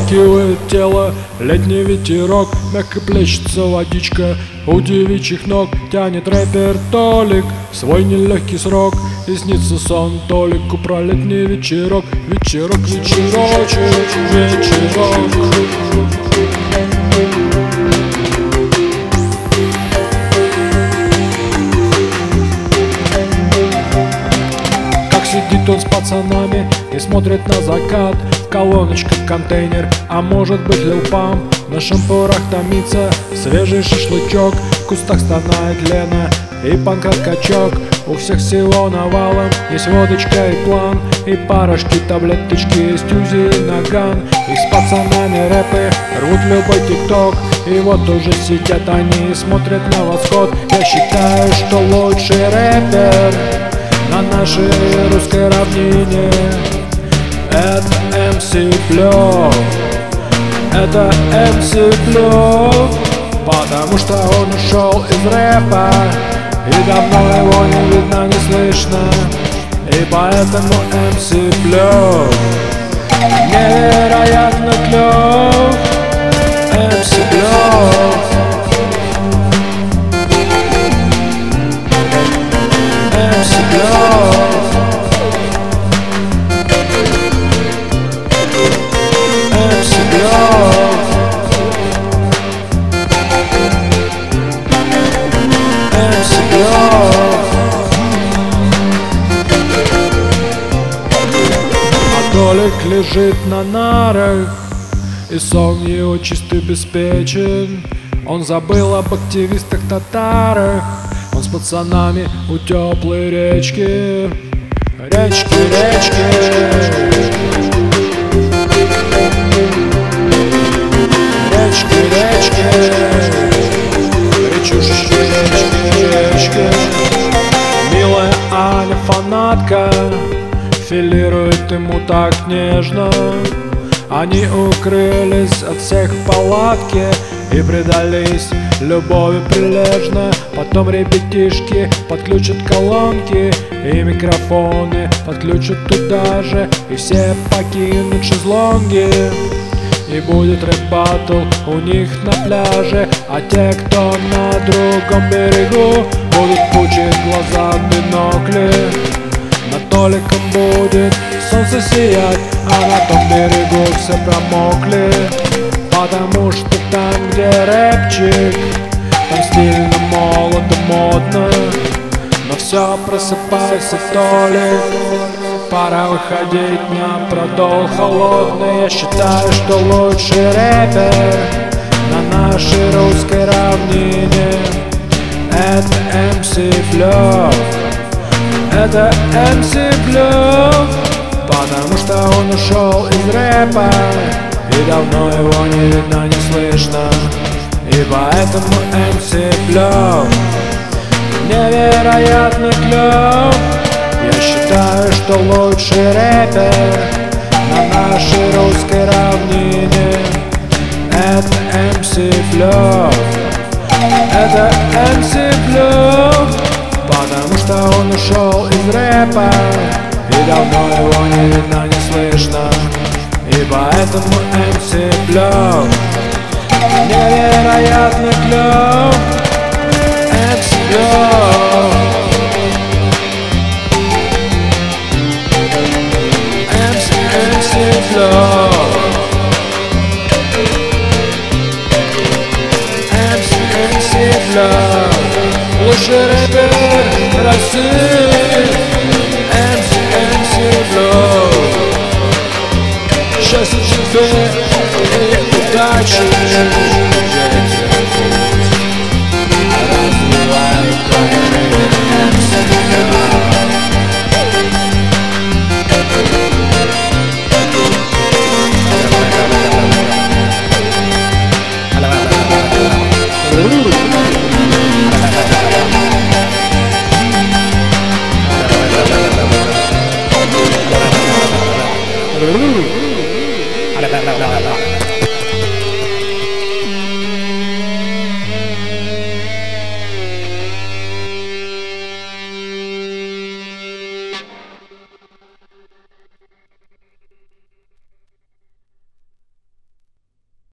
Обволакивает тело летний ветерок, мягко плещется водичка у девичьих ног. Тянет рэпер Толик свой нелегкий срок, и снится сон Толику про летний вечерок. Вечерок, вечерочек, вечерок. Сидит он с пацанами и смотрит на закат. В колоночках контейнер, а может быть Lil Pump. На шампурах томится свежий шашлычок. В кустах стонает Лена и панкрат-качок. У всех всего навалом, есть водочка и план, и парочки, таблеточки, есть УЗИ и наган. Их с пацанами рэпы рвут любой тикток. И вот уже сидят они и смотрят на восход. Я считаю, что лучший рэпер на нашей русской равнине это МС Блёв. Это МС Блёв, потому что он ушел из рэпа, и давно его не видно, не слышно. И поэтому МС Блёв невероятно клёв. МС Блёв. Толик лежит на нарах, и сон его чист и беспечен. Он забыл об активистах-татарах. Он с пацанами у теплой речки. Речки, речки. Речки, речки. Речушечки, речки, речки. Милая Аня фанатка филирует ему так нежно. Они укрылись от всех в палатке и предались любови прилежно. Потом ребятишки подключат колонки и микрофоны подключат туда же, и все покинут шезлонги. И будет рэп-баттл у них на пляже, а те, кто на другом берегу, будут пучить глаза в бинокли. Над Толиком будет солнце сиять, а на том берегу все промокли. Потому что там, где рэпчик, там стильно, молодо, модно. Но все, просыпайся, Толик, пора выходить на продол холодный. Я считаю, что лучший рэпер на нашей русской равнине это МС Блёв. Это МС Блёв, потому что он ушел из рэпа, и давно его не видно, не слышно. И поэтому МС Блёв невероятно клёв. Я считаю, что лучший рэпер на нашей русской равнине это МС Блёв. Это МС Блёв, потому что он ушел из рэпа, и давно его не видно, не слышно. И поэтому МС Блёв невероятно клёв. МС Блёв. МС Блёв. МС Блёв. Лучший рэпер России МС Блёв. Счастья тебе и удачи. Развивай твои МС Блёв. La la la la la.